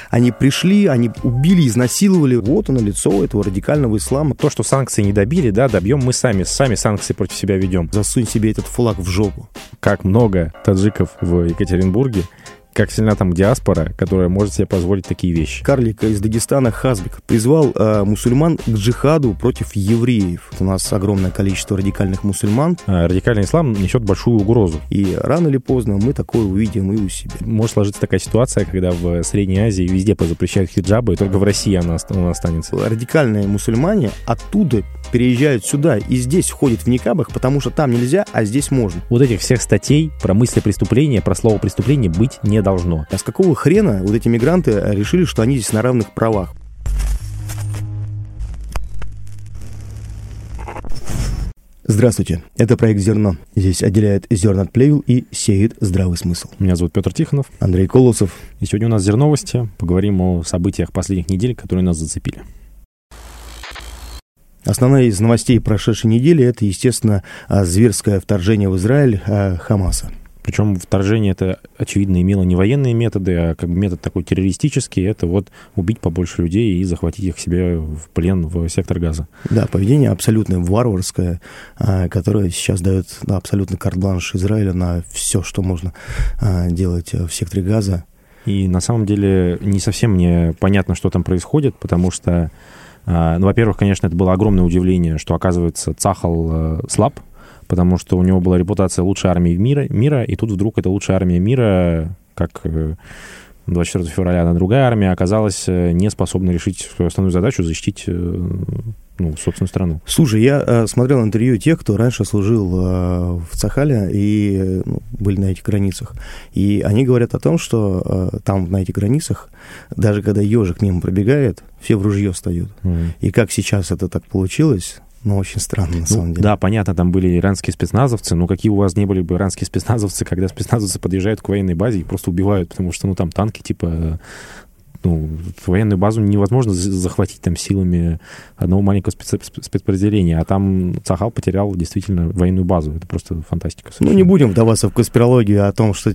Они пришли, они убили, изнасиловали. Вот оно, лицо этого радикального ислама. То, что санкции не добили, да, добьем мы сами. Сами санкции против себя ведем. Засунь себе этот флаг в жопу. Как много таджиков в Екатеринбурге, как сильна там диаспора, которая может себе позволить такие вещи. Карлик из Дагестана Хазбек призвал мусульман к джихаду против евреев. У нас огромное количество радикальных мусульман. Радикальный ислам несет большую угрозу. И рано или поздно мы такое увидим и у себя. Может сложиться такая ситуация, когда в Средней Азии везде позапрещают хиджабы, и только в России она останется. Радикальные мусульмане оттуда переезжают сюда и здесь ходят в никабах, потому что там нельзя, а здесь можно. Вот этих всех статей про мысли преступления, про слово преступление быть не должно. А с какого хрена вот эти мигранты решили, что они здесь на равных правах? Здравствуйте, это проект «Зерно». Здесь отделяет зерна от плевел и сеет здравый смысл. Меня зовут Петр Тихонов. Андрей Колосов. И сегодня у нас «Зерновости». Поговорим о событиях последних недель, которые нас зацепили. Основная из новостей прошедшей недели – это, естественно, зверское вторжение в Израиль Хамаса. Причем вторжение это, очевидно, имело не военные методы, а как бы метод такой террористический. Это вот убить побольше людей и захватить их к себе в плен в сектор Газа. Да, поведение абсолютно варварское, которое сейчас дает абсолютно карт-бланш Израиля на все, что можно делать в секторе Газа. И на самом деле не совсем мне понятно, что там происходит, потому что, во-первых, конечно, это было огромное удивление, что, оказывается, Цахал слаб, потому что у него была репутация лучшей армии мира, и тут вдруг эта лучшая армия мира, как 24 февраля, одна другая армия, оказалась не способна решить свою основную задачу — защитить собственную страну. Слушай, я смотрел интервью тех, кто раньше служил в Цахале и были на этих границах, и они говорят о том, что там, на этих границах, даже когда ежик мимо пробегает, все в ружье встают. И как сейчас это так получилось... очень странно, на самом деле. Да, понятно, там были иранские спецназовцы, но какие у вас не были бы иранские спецназовцы, когда спецназовцы подъезжают к военной базе и просто убивают, потому что, там танки, военную базу невозможно захватить там силами одного маленького спецподразделения, а там Цахал потерял действительно военную базу. Это просто фантастика. Не будем вдаваться в конспирологию о том, что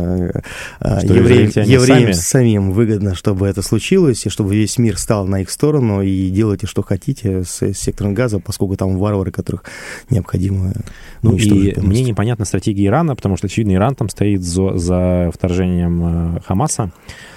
евреям самим выгодно, чтобы это случилось, и чтобы весь мир стал на их сторону, и делайте, что хотите с сектором Газа, поскольку там варвары, которых необходимо уничтожить. И мне непонятна стратегия Ирана, потому что, очевидно, Иран там стоит за вторжением Хамаса.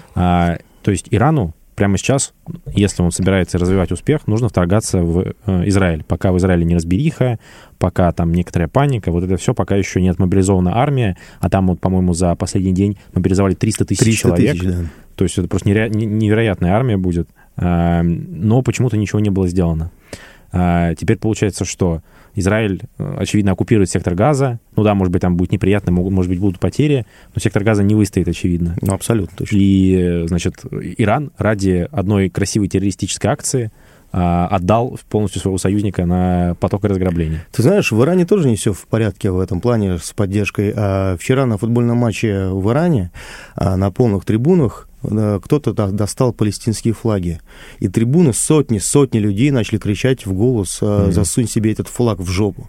То есть Ирану прямо сейчас, если он собирается развивать успех, нужно вторгаться в Израиль. Пока в Израиле неразбериха, пока там некоторая паника, вот это все, пока еще не отмобилизована армия, а там, вот, по-моему, за последний день мобилизовали 300 тысяч человек. Да. То есть это просто невероятная армия будет, но почему-то ничего не было сделано. Теперь получается, что Израиль, очевидно, оккупирует сектор Газа. Может быть, там будет неприятно, может быть, будут потери, но сектор Газа не выстоит, очевидно. Абсолютно точно. И, Иран ради одной красивой террористической акции отдал полностью своего союзника на поток и разграбление. Ты знаешь, в Иране тоже не все в порядке в этом плане с поддержкой. Вчера на футбольном матче в Иране на полных трибунах кто-то достал палестинские флаги. И трибуны, сотни людей начали кричать в голос: «Засунь себе этот флаг в жопу».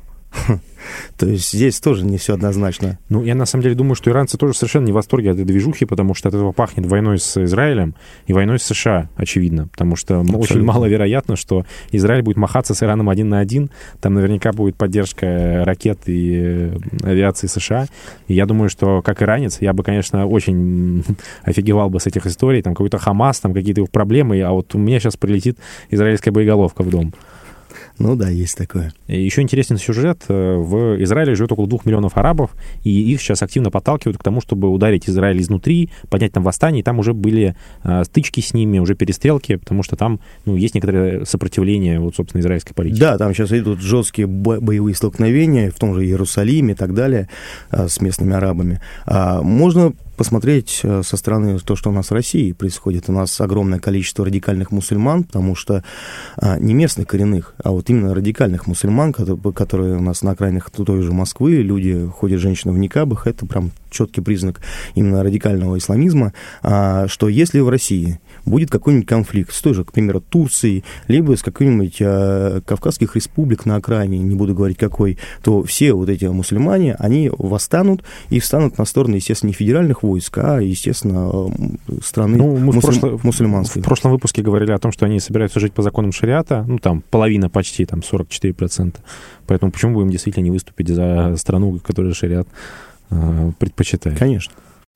То есть здесь тоже не все однозначно. Я на самом деле думаю, что иранцы тоже совершенно не в восторге от этой движухи, потому что от этого пахнет войной с Израилем и войной с США, очевидно. Потому что очень маловероятно, что Израиль будет махаться с Ираном 1 на 1. Там наверняка будет поддержка ракет и авиации США. И я думаю, что как иранец, я бы, конечно, очень офигевал бы с этих историй. Там какой-то Хамас, там какие-то их проблемы, а вот у меня сейчас прилетит израильская боеголовка в дом. Да, есть такое. Еще интересный сюжет. В Израиле живет около 2 миллионов арабов, и их сейчас активно подталкивают к тому, чтобы ударить Израиль изнутри, поднять там восстание, и там уже были стычки с ними, уже перестрелки, потому что там есть некоторое сопротивление, собственно, израильской политики. Да, там сейчас идут жесткие боевые столкновения, в том же Иерусалиме и так далее, с местными арабами. Можно посмотреть со стороны то, что у нас в России происходит. У нас огромное количество радикальных мусульман, потому что не местных коренных, а вот именно радикальных мусульман, которые у нас на окраинах той же Москвы, люди ходят, женщины в никабах, это прям четкий признак именно радикального исламизма, что если в России будет какой-нибудь конфликт с той же, к примеру, Турцией, либо с какой-нибудь кавказских республик на окраине, не буду говорить какой, то все вот эти мусульмане, они восстанут и встанут на сторону, естественно, не федеральных войск, войск, а, естественно, страны мусульманской. В прошлом выпуске говорили о том, что они собираются жить по законам шариата, ну, там, половина почти, там, 44%. Поэтому почему бы им действительно не выступить за страну, которая шариат предпочитает? Конечно.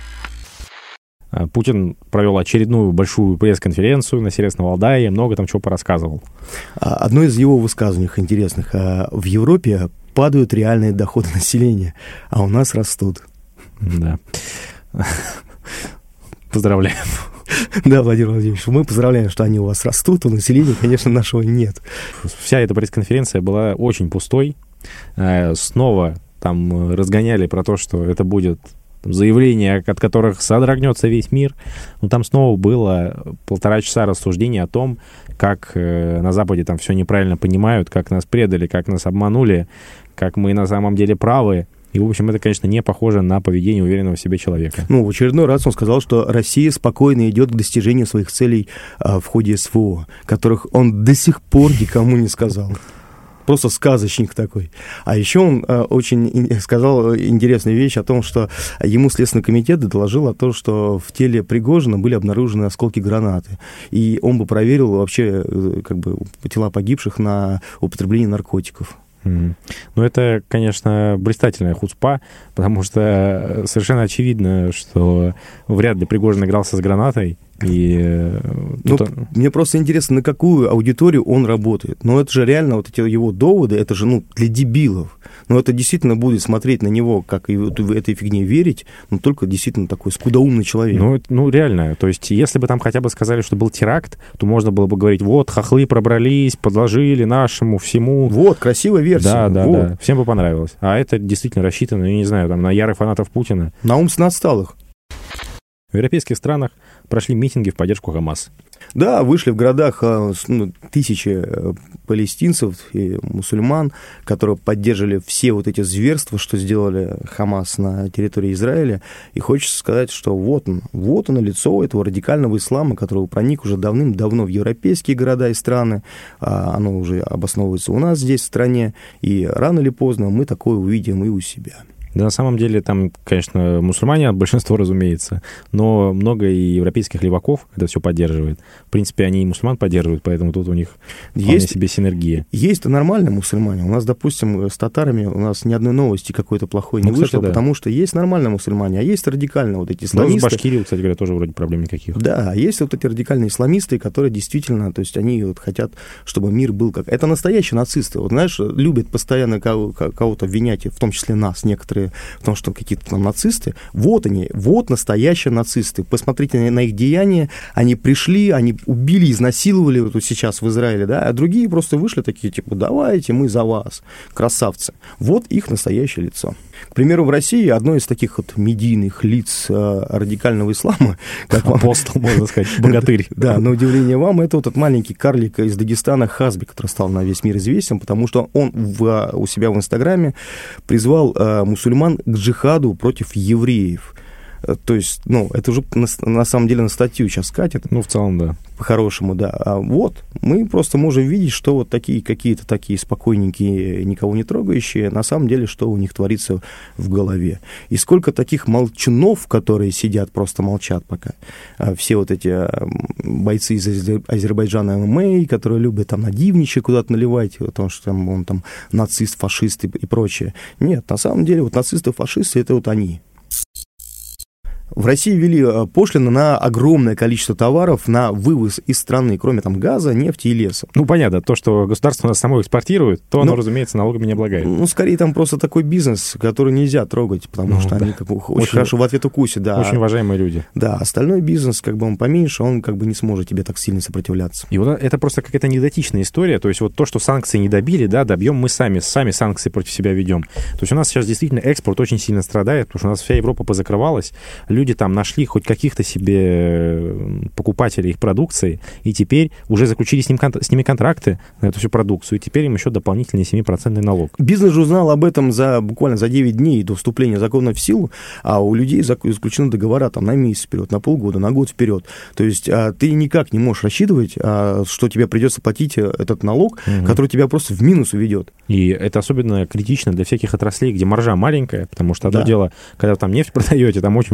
Путин провел очередную большую пресс-конференцию на Северном Валдае, много там чего порассказывал. Одно из его высказываний интересных. В Европе падают реальные доходы населения, а у нас растут. Да. Поздравляем. Да, Владимир Владимирович, мы поздравляем, что они у вас растут, у населения, конечно, нашего нет. Вся эта пресс-конференция была очень пустой. Снова там разгоняли про то, что это будет заявления, от которых содрогнется весь мир. Но там снова было 1,5 часа рассуждений о том, как на Западе там все неправильно понимают, как нас предали, как нас обманули, как мы на самом деле правы. И, в общем, это, конечно, не похоже на поведение уверенного в себе человека. Ну, в очередной раз он сказал, что Россия спокойно идет к достижению своих целей в ходе СВО, которых он до сих пор никому не сказал. Просто сказочник такой. А еще он очень сказал интересную вещь о том, что ему Следственный комитет доложил о том, что в теле Пригожина были обнаружены осколки гранаты. И он бы проверил вообще как бы тела погибших на употребление наркотиков. Ну, это, конечно, блистательная хуцпа, потому что совершенно очевидно, что вряд ли Пригожин игрался с гранатой. Мне просто интересно, на какую аудиторию он работает. Но это же реально, вот эти его доводы, это же для дебилов. Но это действительно будет смотреть на него, как и в этой фигне верить, но только действительно такой скудоумный человек. Ну, реально. То есть, если бы там хотя бы сказали, что был теракт, то можно было бы говорить, вот, хохлы пробрались, подложили нашему всему. Вот, красивая версия. Да. Всем бы понравилось. А это действительно рассчитано, я не знаю, там, на ярых фанатов Путина. На умственно отсталых. В европейских странах прошли митинги в поддержку ХАМАС. Да, вышли в городах тысячи палестинцев и мусульман, которые поддерживали все вот эти зверства, что сделали ХАМАС на территории Израиля. И хочется сказать, что вот оно лицо этого радикального ислама, который проник уже давным-давно в европейские города и страны. Оно уже обосновывается у нас здесь, в стране. И рано или поздно мы такое увидим и у себя. Да, на самом деле, там, конечно, мусульмане, большинство, разумеется, но много и европейских леваков это все поддерживает. В принципе, они и мусульман поддерживают, поэтому тут у них вполне себе синергия. Есть нормальные мусульмане. У нас, допустим, с татарами у нас ни одной новости какой-то плохой не вышло, да. Потому что есть нормальные мусульмане, а есть радикальные вот эти исламисты. Ну, с Башкирией, кстати говоря, тоже вроде проблем никаких. Да, есть вот эти радикальные исламисты, которые действительно, то есть они вот хотят, чтобы мир был как... Это настоящие нацисты. Вот знаешь, любят постоянно кого-то обвинять, в том числе нас, некоторые, потому что какие-то там нацисты. Вот они, вот настоящие нацисты. Посмотрите на их деяния. Они пришли, они убили, изнасиловали вот сейчас в Израиле, да, а другие просто вышли такие, типа, давайте, мы за вас, красавцы. Вот их настоящее лицо. К примеру, в России одно из таких вот медийных лиц радикального ислама, как апостол, можно сказать, богатырь. Да, на удивление вам, это вот этот маленький карлик из Дагестана Хазби, который стал на весь мир известен, потому что он у себя в Инстаграме призвал мусульман к джихаду против евреев. То есть, это уже на самом деле на статью сейчас катит. В целом, да. По-хорошему, да. А вот мы просто можем видеть, что вот такие какие-то такие спокойненькие, никого не трогающие, на самом деле, что у них творится в голове. И сколько таких молчунов, которые сидят, просто молчат пока. Все вот эти бойцы из Азербайджана ММА, которые любят там на дивничье куда-то наливать, потому что он там нацист, фашист и прочее. Нет, на самом деле вот нацисты, фашисты — это вот они. В России ввели пошлины на огромное количество товаров на вывоз из страны, кроме там газа, нефти и леса. Понятно, то, что государство у нас само экспортирует, то оно, разумеется, налогами не облагает. Скорее, там просто такой бизнес, который нельзя трогать, потому что они очень хорошо в ответ укусят. Да. Очень уважаемые люди. Да, остальной бизнес, он поменьше, он не сможет тебе так сильно сопротивляться. И вот это просто какая-то анекдотичная история, то есть вот то, что санкции не добили, да, добьем мы сами санкции против себя ведем. То есть у нас сейчас действительно экспорт очень сильно страдает, потому что у нас вся Европа позакрывалась, люди там нашли хоть каких-то себе покупателей их продукции, и теперь уже заключили с ними контракты на эту всю продукцию, и теперь им еще дополнительный 7% налог. Бизнес же узнал об этом буквально за 9 дней до вступления закона в силу, а у людей заключены договора там на месяц вперед, на полгода, на год вперед. То есть ты никак не можешь рассчитывать, что тебе придется платить этот налог, который тебя просто в минус уведет. И это особенно критично для всяких отраслей, где маржа маленькая, потому что одно дело, когда там нефть продаете, там очень высокая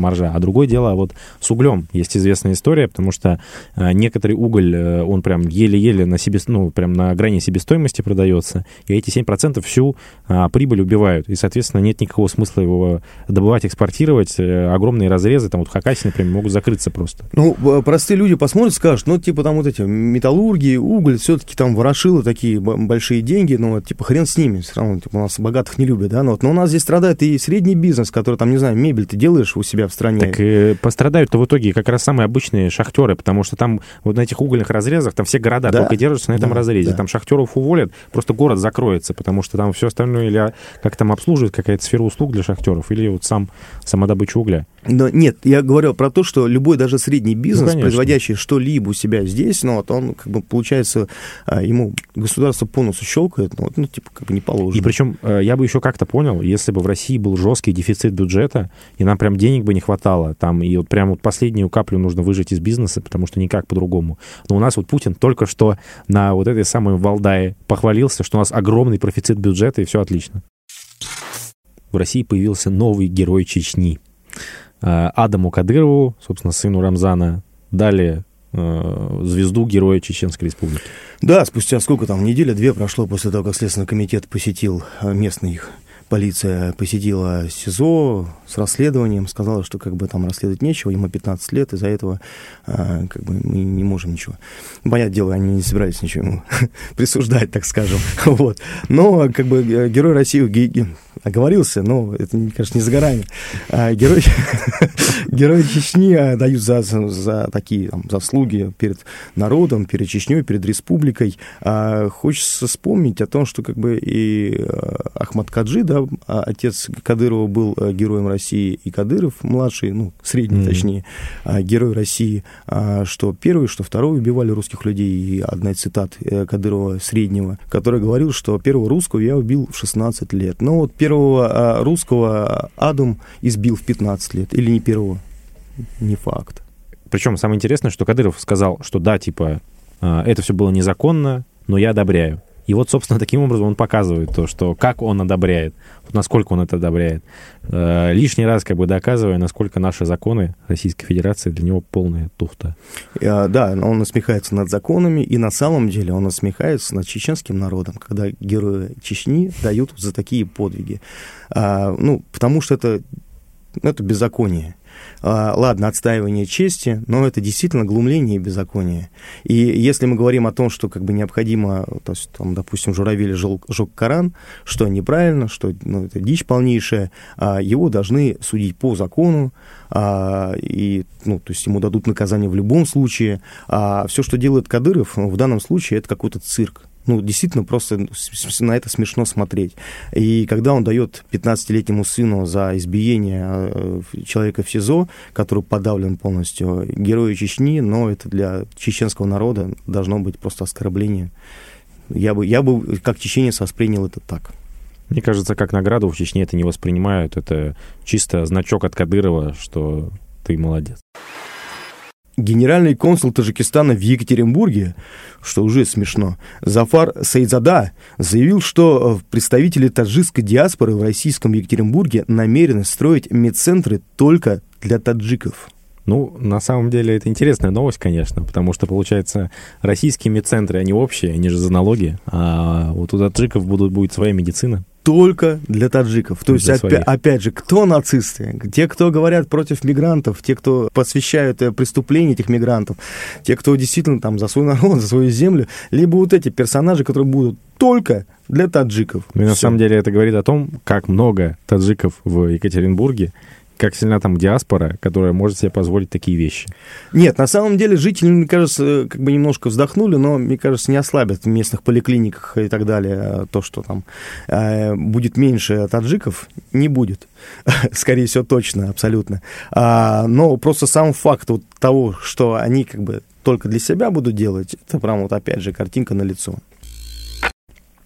маржа. А другое дело, вот с углем есть известная история, потому что некоторый уголь, он прям еле-еле прям на грани себестоимости продается, и эти 7% всю прибыль убивают. И, соответственно, нет никакого смысла его добывать, экспортировать. Огромные разрезы, там вот в Хакасии, например, могут закрыться просто. Ну, простые люди посмотрят, скажут, ну, типа там вот эти металлурги, уголь, все-таки там ворошило такие большие деньги, ну, вот, типа хрен с ними, все равно, типа, у нас богатых не любят, да, но у нас здесь страдает и средний бизнес, который там, не знаю, мебель ты делаешь у себя в стране. Так пострадают-то в итоге как раз самые обычные шахтеры, потому что там вот на этих угольных разрезах там все города только держатся на этом разрезе. Да. Там шахтеров уволят, просто город закроется, потому что там все остальное или как там обслуживает какая-то сфера услуг для шахтеров, или вот сама добыча угля. Но нет, я говорю про то, что любой даже средний бизнес, производящий что-либо у себя здесь, ну, вот он, как бы, получается, ему государство по носу щелкает, ну, типа, как бы не положено. И причем я бы еще как-то понял, если бы в России был жесткий дефицит бюджета, и нам прям денег бы не хватало, там, и вот прям вот последнюю каплю нужно выжать из бизнеса, потому что никак по-другому. Но у нас вот Путин только что на вот этой самой Валдае похвалился, что у нас огромный профицит бюджета, и все отлично. В России появился новый герой Чечни. Адаму Кадырову, собственно, сыну Рамзана, дали звезду Героя Чеченской Республики. Да, спустя сколько там, неделя-две прошло после того, как Следственный комитет посетил, местный их полиция посетила СИЗО с расследованием, сказала, что как бы там расследовать нечего, ему 15 лет, из-за этого как бы мы не можем ничего. Понятное дело, они не собирались ничего ему присуждать, так скажем. Вот. Но как бы Герой России оговорился, но это, конечно, не за горами. Герои Чечни дают за такие там заслуги перед народом, перед Чечней, перед республикой. Хочется вспомнить о том, что как бы и Ахмад Каджи, да, отец Кадырова, был героем России, и Кадыров, младший, ну, средний, точнее, герой России, что первый, что второй убивали русских людей. И одна из цитат Кадырова среднего, который говорил, что первого русского я убил в 16 лет. Но вот первого русского Адам избил в 15 лет. Или не первого? Не факт. Причем самое интересное, что Кадыров сказал, что да, типа, это все было незаконно, но я одобряю. И вот, собственно, таким образом он показывает то, что как он одобряет, насколько он это одобряет. Лишний раз как бы доказывая, насколько наши законы Российской Федерации для него полная туфта. Да, он насмехается над законами, и на самом деле он насмехается над чеченским народом, когда герои Чечни дают за такие подвиги. Ну, потому что это беззаконие. Ладно, отстаивание чести, но это действительно глумление и беззаконие. И если мы говорим о том, что как бы необходимо, то есть, там, допустим, Журавель сжег Коран, что неправильно, что это дичь полнейшая, его должны судить по закону, и, то есть ему дадут наказание в любом случае. А все, что делает Кадыров, в данном случае, это какой-то цирк. Действительно, просто на это смешно смотреть. И когда он дает 15-летнему сыну за избиение человека в СИЗО, который подавлен полностью, герою Чечни, но это для чеченского народа должно быть просто оскорбление. Я бы как чеченец воспринял это так. Мне кажется, как награду в Чечне это не воспринимают. Это чисто значок от Кадырова, что ты молодец. Генеральный консул Таджикистана в Екатеринбурге, что уже смешно, Зафар Саидзада заявил, что представители таджикской диаспоры в российском Екатеринбурге намерены строить медцентры только для таджиков. На самом деле, это интересная новость, конечно, потому что, получается, российские медцентры, они общие, они же за налоги, а вот у таджиков будет своя медицина. Только для таджиков. То есть, опять же, кто нацисты? Те, кто говорят против мигрантов, те, кто посвящают преступления этих мигрантов, те, кто действительно там за свой народ, за свою землю, либо вот эти персонажи, которые будут только для таджиков. И на самом деле это говорит о том, как много таджиков в Екатеринбурге, как сильна там диаспора, которая может себе позволить такие вещи. Нет, на самом деле жители, мне кажется, как бы немножко вздохнули, но, мне кажется, не ослабят в местных поликлиниках и так далее то, что там будет меньше таджиков, не будет. Скорее всего, точно, абсолютно. Но просто сам факт вот того, что они как бы только для себя будут делать, это прям вот опять же картинка налицо.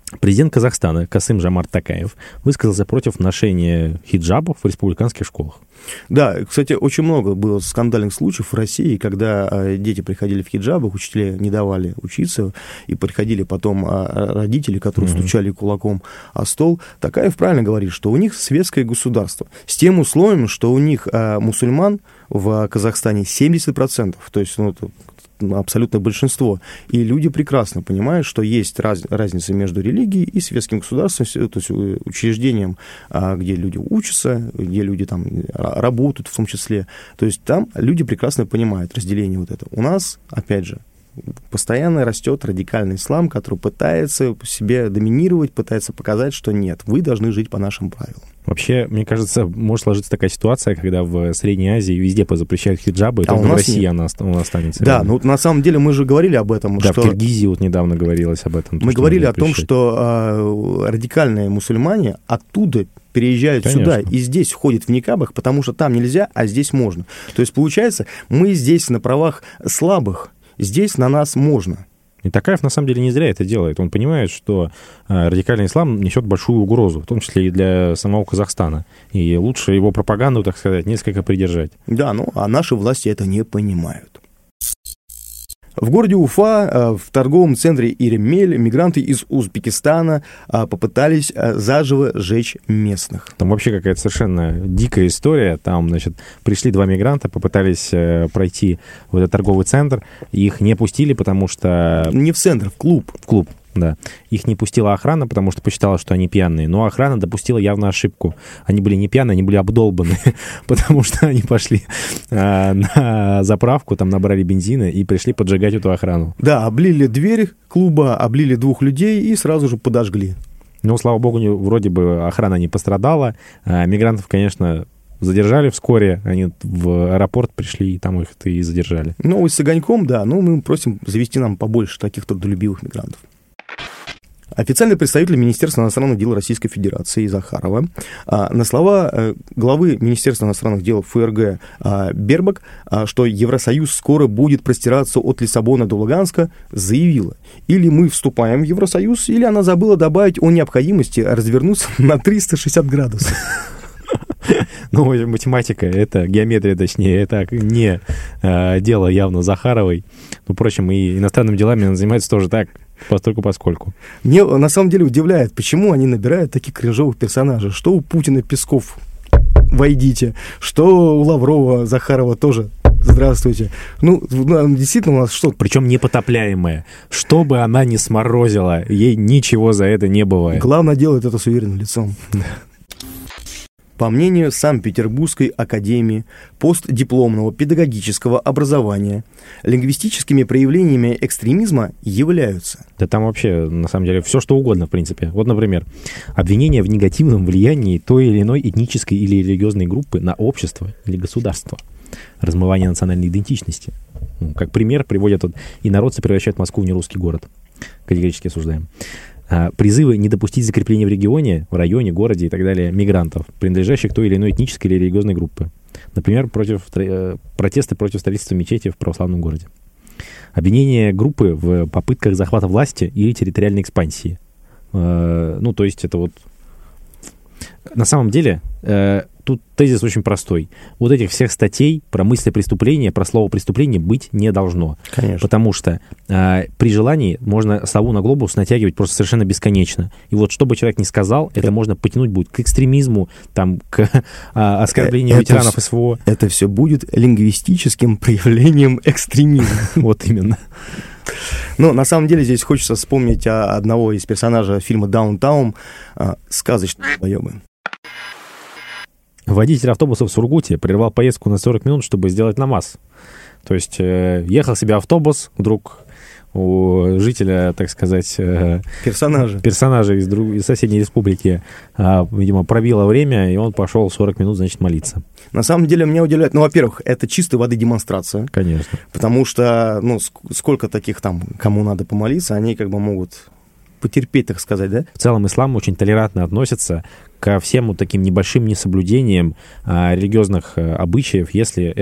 Президент Казахстана Касым-Жомарт Токаев высказался против ношения хиджабов в республиканских школах. Да, кстати, очень много было скандальных случаев в России, когда дети приходили в хиджабах, учителя не давали учиться, и приходили потом родители, которые стучали кулаком о стол. Токаев правильно говорит, что у них светское государство, с тем условием, что у них мусульман в Казахстане 70%, то есть абсолютное большинство. И люди прекрасно понимают, что есть разница между религией и светским государством, то есть учреждением, где люди учатся, где люди там работают в том числе. То есть там люди прекрасно понимают разделение вот это. У нас, опять же, постоянно растет радикальный ислам, который пытается себе доминировать, пытается показать, что нет, вы должны жить по нашим правилам. Вообще, мне кажется, может сложиться такая ситуация, когда в Средней Азии везде позапрещают хиджабы, и только в России она останется. Да, ну на самом деле мы же говорили об этом. Да, что... в Киргизии вот недавно говорилось об этом. Мы говорили о том, что радикальные мусульмане оттуда переезжают сюда и здесь ходят в никабах, потому что там нельзя, а здесь можно. То есть, получается, мы здесь на правах слабых, здесь на нас можно. И Токаев, на самом деле, не зря это делает. Он понимает, что радикальный ислам несет большую угрозу, в том числе и для самого Казахстана. И лучше его пропаганду, так сказать, несколько придержать. Да, а наши власти это не понимают. В городе Уфа, в торговом центре Иремель, мигранты из Узбекистана попытались заживо сжечь местных. Там вообще какая-то совершенно дикая история. Там, значит, пришли два мигранта, попытались пройти в этот торговый центр. Их не пустили, потому что... Не в центр, в клуб. В клуб. Да. Их не пустила охрана, потому что посчитала, что они пьяные. Но охрана допустила явно ошибку. Они были не пьяные, они были обдолбаны, потому что они пошли на заправку, там набрали бензина и пришли поджигать эту охрану. Да, облили дверь клуба, облили двух людей и сразу же подожгли. Ну, слава богу, вроде бы охрана не пострадала. Мигрантов, конечно, задержали вскоре. Они в аэропорт пришли, и там их и задержали. Новость с огоньком, да. Ну, мы просим завести нам побольше таких трудолюбивых мигрантов. Официальный представитель Министерства иностранных дел Российской Федерации Захарова на слова главы Министерства иностранных дел ФРГ Бербак, что Евросоюз скоро будет простираться от Лиссабона до Луганска, заявила: или мы вступаем в Евросоюз, или она забыла добавить о необходимости развернуться на 360 градусов. Ну, математика, это геометрия, точнее, это не дело явно Захаровой. Ну, впрочем, и иностранными делами она занимается тоже так, постольку-поскольку. Мне на самом деле удивляет, почему они набирают таких кринжовых персонажей. Что у Путина Песков «Войдите», что у Лаврова, Захарова тоже «Здравствуйте». Ну, действительно, у нас что? Причем непотопляемая. Что бы она ни сморозила, ей ничего за это не бывает. Главное, делает это с уверенным лицом. По мнению Санкт-Петербургской академии постдипломного педагогического образования, лингвистическими проявлениями экстремизма являются... Да там вообще, на самом деле, все что угодно, в принципе. Вот, например, обвинение в негативном влиянии той или иной этнической или религиозной группы на общество или государство. Размывание национальной идентичности. Как пример приводят инородцы превращают Москву в нерусский город. Категорически осуждаем. Призывы не допустить закрепления в регионе, в районе, городе и так далее мигрантов, принадлежащих к той или иной этнической или религиозной группе. Например, протесты против строительства мечети в православном городе. Обвинение группы в попытках захвата власти или территориальной экспансии. Ну, то есть это вот... На самом деле, тут тезис очень простой. Вот этих всех статей про мысли преступления, про слово преступление быть не должно. Конечно. Потому что при желании можно сову на глобус натягивать просто совершенно бесконечно. И вот что бы человек ни сказал, это можно потянуть будет к экстремизму, там, к оскорблению ветеранов СВО. Это все будет лингвистическим проявлением экстремизма. Вот именно. Но на самом деле здесь хочется вспомнить одного из персонажей фильма «Даунтаун», сказочные боёбы. Водитель автобуса в Сургуте прервал поездку на 40 минут, чтобы сделать намаз. То есть ехал себе автобус, вдруг у жителя, так сказать... персонажа из соседней республики, видимо, пробило время, и он пошел 40 минут, значит, молиться. На самом деле меня удивляет, ну, во-первых, это чистой воды демонстрация. Конечно. Потому что, ну, сколько таких там, кому надо помолиться, они как бы могут потерпеть, так сказать, да? В целом ислам очень толерантно относится ко всем вот таким небольшим несоблюдениям религиозных обычаев, если это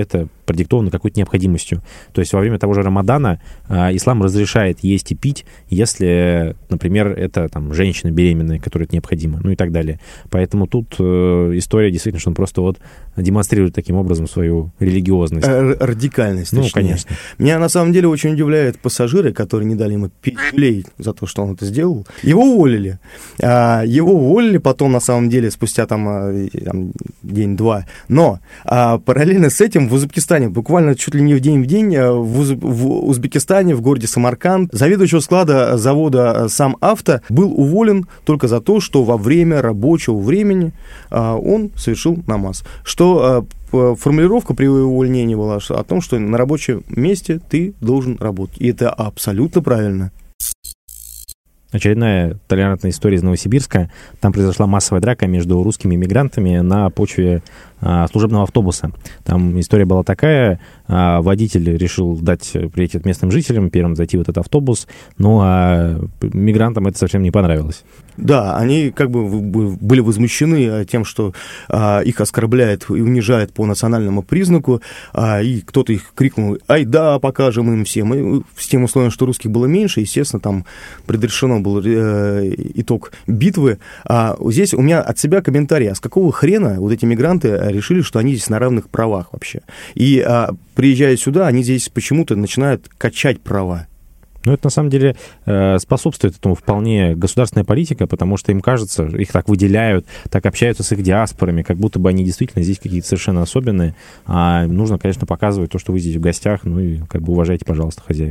продиктовано какой-то необходимостью. То есть во время того же Рамадана ислам разрешает есть и пить, если, например, это там женщина беременная, которой это необходимо, ну и так далее. Поэтому тут история действительно, что он просто вот демонстрирует таким образом свою религиозность. Радикальность, точнее. Ну, конечно. Меня на самом деле очень удивляют пассажиры, которые не дали ему пилей за то, что он это сделал. Его уволили. Потом, на самом деле, спустя там день-два. Но параллельно с этим в Узбекистане, буквально чуть ли не в день, в Узбекистане, в городе Самарканд, заведующего склада завода «Самавто» был уволен только за то, что во время рабочего времени он совершил намаз. Что формулировка при увольнении была о том, что на рабочем месте ты должен работать. И это абсолютно правильно. Очередная толерантная история из Новосибирска. Там произошла массовая драка между русскими иммигрантами на почве служебного автобуса. Там история была такая: водитель решил дать приехать местным жителям, первым зайти в этот автобус, но мигрантам это совсем не понравилось. Да, они как бы были возмущены тем, что их оскорбляет и унижает по национальному признаку, и кто-то их крикнул: «Ай да, покажем им всем». И с тем условием, что русских было меньше, естественно, там предрешено был итог битвы. Здесь у меня от себя комментарий: а с какого хрена вот эти мигранты решили, что они здесь на равных правах вообще? И приезжая сюда, они здесь почему-то начинают качать права. Ну, это, на самом деле, способствует этому вполне государственная политика, потому что им кажется, их так выделяют, так общаются с их диаспорами, как будто бы они действительно здесь какие-то совершенно особенные. А нужно, конечно, показывать то, что вы здесь в гостях, ну и как бы уважайте, пожалуйста, хозяев.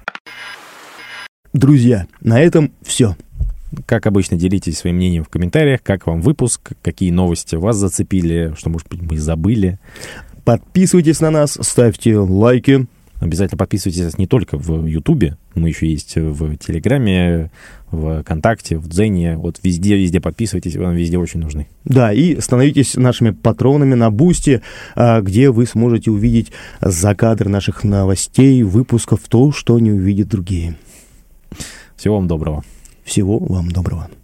Друзья, на этом все. Как обычно, делитесь своим мнением в комментариях, как вам выпуск, какие новости вас зацепили, что, может быть, мы забыли. Подписывайтесь на нас, ставьте лайки. Обязательно подписывайтесь не только в Ютубе, мы еще есть в Телеграме, в ВКонтакте, в Дзене. Вот везде подписывайтесь, вам везде очень нужны. Да, и становитесь нашими патронами на Бусти, где вы сможете увидеть закадр наших новостей, выпусков, то, что не увидят другие. Всего вам доброго. Всего вам доброго.